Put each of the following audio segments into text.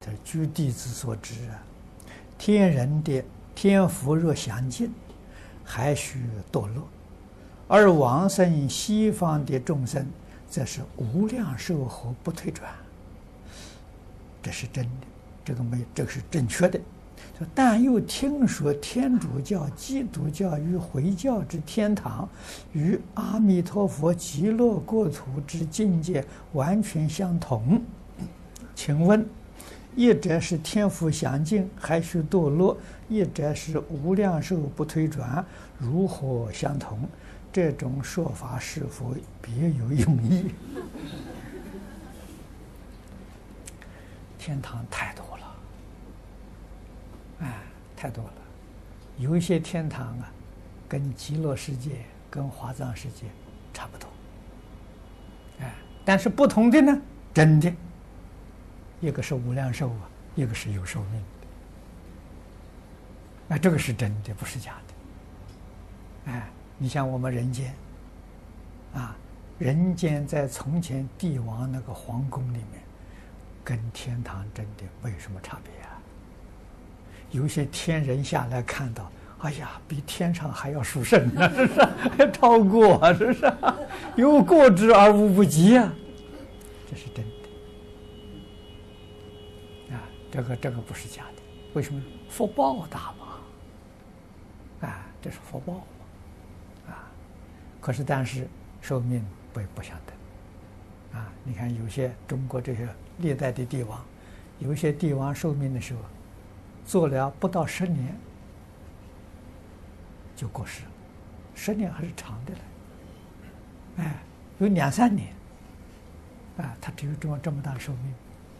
据弟子所知天人的天福若详尽，还须堕落；而往生西方的众生，则是无量寿和不退转。这是真的，这个是正确的。但又听说天主教、基督教与回教之天堂，与阿弥陀佛极乐国土之境界完全相同。请问，一者是天福详尽，还须堕落；一者是无量寿不退转，如何相同？这种说法是否别有用意？天堂太多了，太多了。有一些天堂跟极乐世界、跟华藏世界差不多，但是不同的呢，真的，一个是无量寿一个是有寿命的，这个是真的，不是假的。你像我们人间，人间在从前帝王那个皇宫里面，跟天堂真的没有什么差别有些天人下来看到，哎呀，比天上还要殊胜是不是？超过是不是？有过之而无不及这是真的这个不是假的。为什么？福报大嘛，这是福报嘛，可是但是寿命不相等你看有些中国这些历代的帝王，有些帝王寿命的时候做了不到10年就过世了，10年还是长的了，有2、3年他只有这么大寿命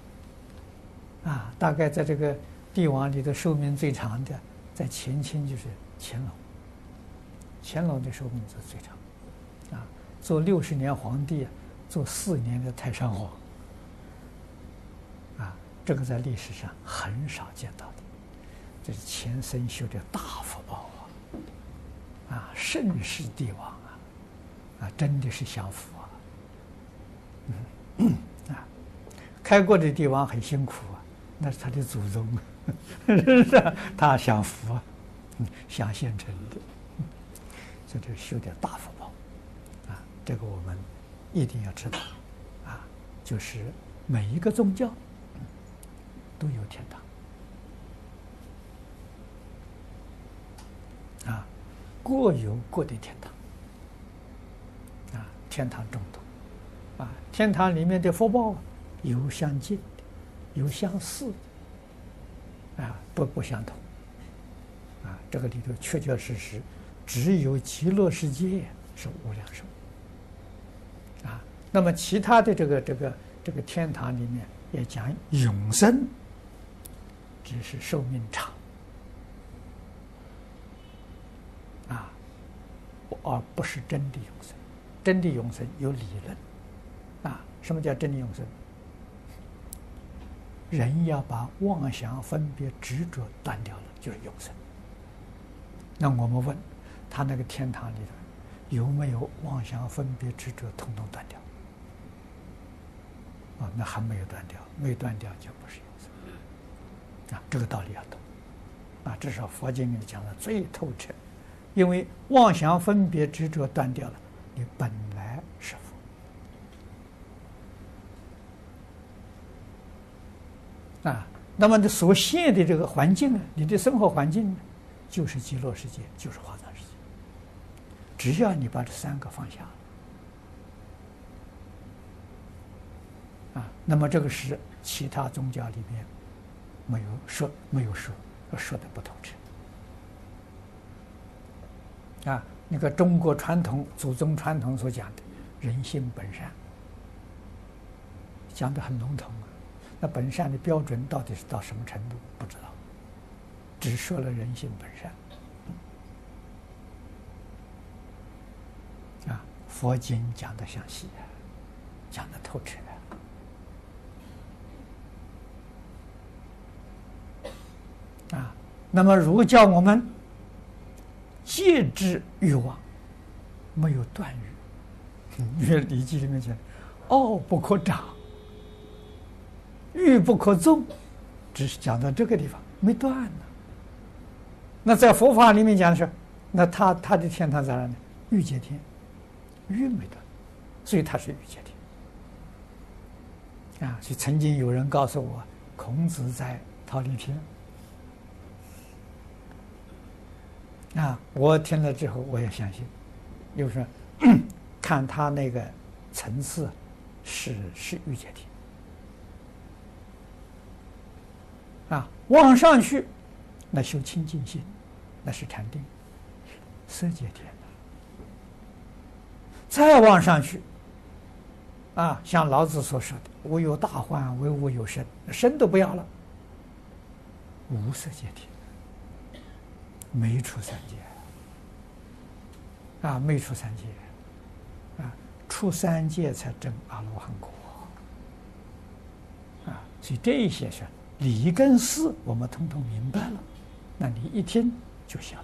大概在这个帝王里的寿命最长的，在前清就是乾隆的寿命是最长做60年皇帝，做4年的太上皇这个在历史上很少见到的。这是前生修的大福报盛世帝王真的是享福开国的帝王很辛苦那是他的祖宗是他享福享现成的，所以这修的大福报这个我们一定要知道就是每一个宗教都有天堂各有各的天堂天堂众多天堂里面的福报有相近的，有相似的不相同这个里头确确实实只有极乐世界是无量寿那么其他的这个天堂里面也讲永生，只是寿命长而不是真的永生。真的永生有理论什么叫真的永生？人要把妄想分别执着断掉了，就是永生。那我们问他那个天堂里头有没有妄想分别执着统统断掉那还没有断掉，没断掉就不是永生这个道理要懂至少佛经里讲的最透彻。因为妄想分别执着断掉了，你本来是佛那么所现的这个环境你的生活环境就是极乐世界，就是华藏世界。只要你把这3个放下那么这个是其他宗教里面没有说的不透彻那个中国传统祖宗传统所讲的人性本善，讲得很笼统那本善的标准到底是到什么程度不知道，只说了人性本善佛经讲得详细讲得透彻那么儒教我们戒制欲望，没有断欲。因为《礼记》里面讲：“傲不可长，欲不可纵， 只是讲到这个地方没断呢。那在佛法里面讲的是，那他的天堂在哪呢？欲界天，欲没断，所以他是欲界天。啊，所以曾经有人告诉我，孔子在忉利天。啊，我听了之后我也相信，就是看他那个层次是欲界天。啊，往上去，那修清净心，那是禅定，色界天。再往上去，啊，像老子所说的“无有大患，唯吾有身”，身都不要了，无色界天，没出三界。啊，没出三界，啊，出三界才证阿罗汉果。啊，所以这些是理跟事，我们统统明白了，那你一听就晓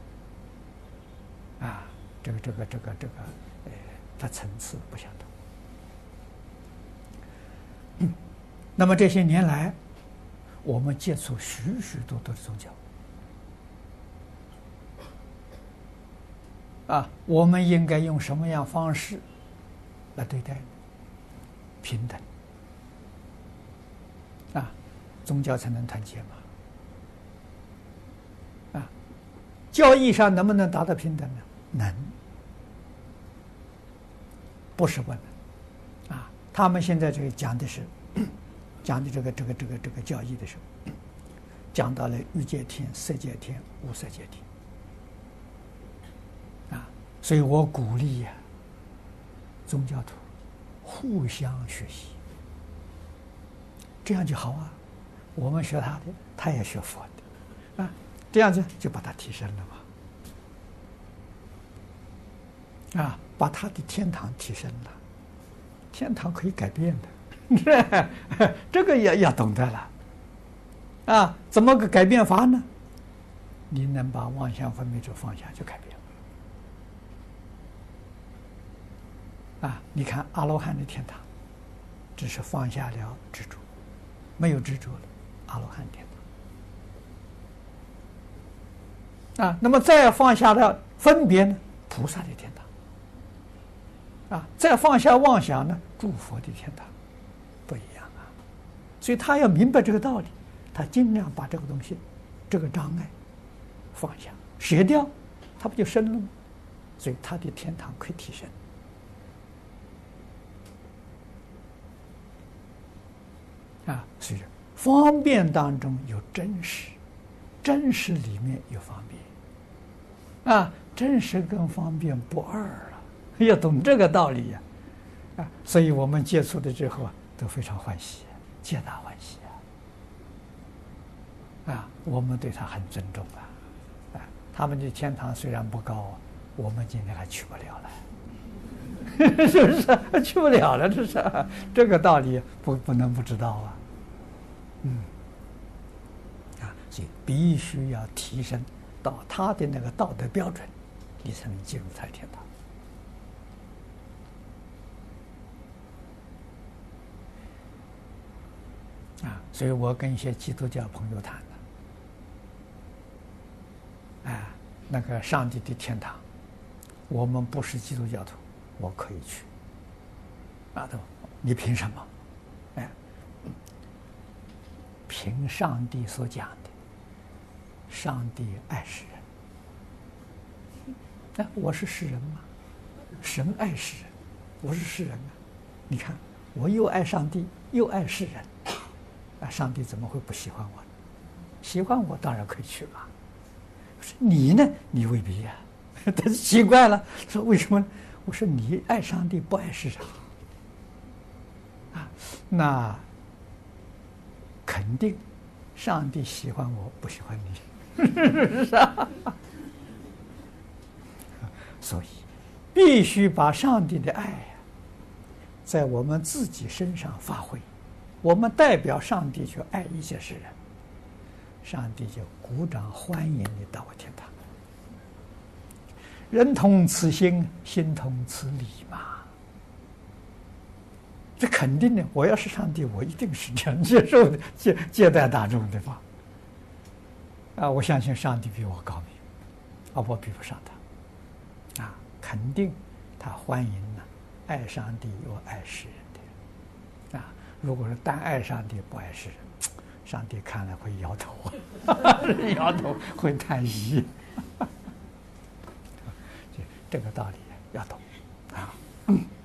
得。啊，这个，它层次不相同。那么这些年来，我们接触许许多多的宗教。啊，我们应该用什么样方式来对待？平等。啊，宗教才能团结嘛。啊，教义上能不能达到平等呢？能，不是不能。啊，他们现在这个讲的是，讲的这个教义的时候，讲到了欲界天、色界天、无色界天。所以我鼓励呀，宗教徒互相学习，这样就好啊。我们学他的，他也学佛的，啊，这样子就把他提升了嘛。啊，把他的天堂提升了，天堂可以改变的，这个也要懂得了。啊，怎么个改变法呢？你能把妄想分别执放下，就改变了。啊，你看阿罗汉的天堂，只是放下了执着，没有执着了，阿罗汉天堂。啊，那么再放下了分别呢，菩萨的天堂。啊，再放下妄想呢，诸佛的天堂，不一样啊。所以他要明白这个道理，他尽量把这个东西，这个障碍放下，舍掉，他不就升了吗？所以他的天堂可以提升。啊，所以方便当中有真实，真实里面有方便，啊，真实跟方便不二了，要懂这个道理呀，啊，所以我们接触的之后啊，都非常欢喜，皆大欢喜啊，我们对他很尊重啊，啊，他们的天堂虽然不高，我们今天还去不了了，是不是？去不了了，这是这个道理不能不知道啊。所以必须要提升到他的那个道德标准，你才能进入他的天堂。啊，所以我跟一些基督教朋友谈了，啊，那个上帝的天堂，我们不是基督教徒，我可以去。啊，你凭什么？哎，凭上帝所讲的。上帝爱世人，那我是世人吗？神爱世人，我是世人啊！你看，我又爱上帝，又爱世人，啊，上帝怎么会不喜欢我呢？喜欢我当然可以去嘛。你呢？你未必呀。他奇怪了，说为什么？我说你爱上帝，不爱世人啊，那肯定上帝喜欢我，不喜欢你。是啊，所以必须把上帝的爱在我们自己身上发挥。我们代表上帝去爱一切世人，上帝就鼓掌欢迎你到我天堂。人同此心，心同此理嘛。 这肯定的，我要是上帝，我一定是这样接受的，接待大众的吧。我相信上帝比我高明，我比不上他。肯定他欢迎爱上帝又爱世人的。如果是单爱上帝不爱世人，上帝看了会摇头，摇头会叹息。这个道理要懂。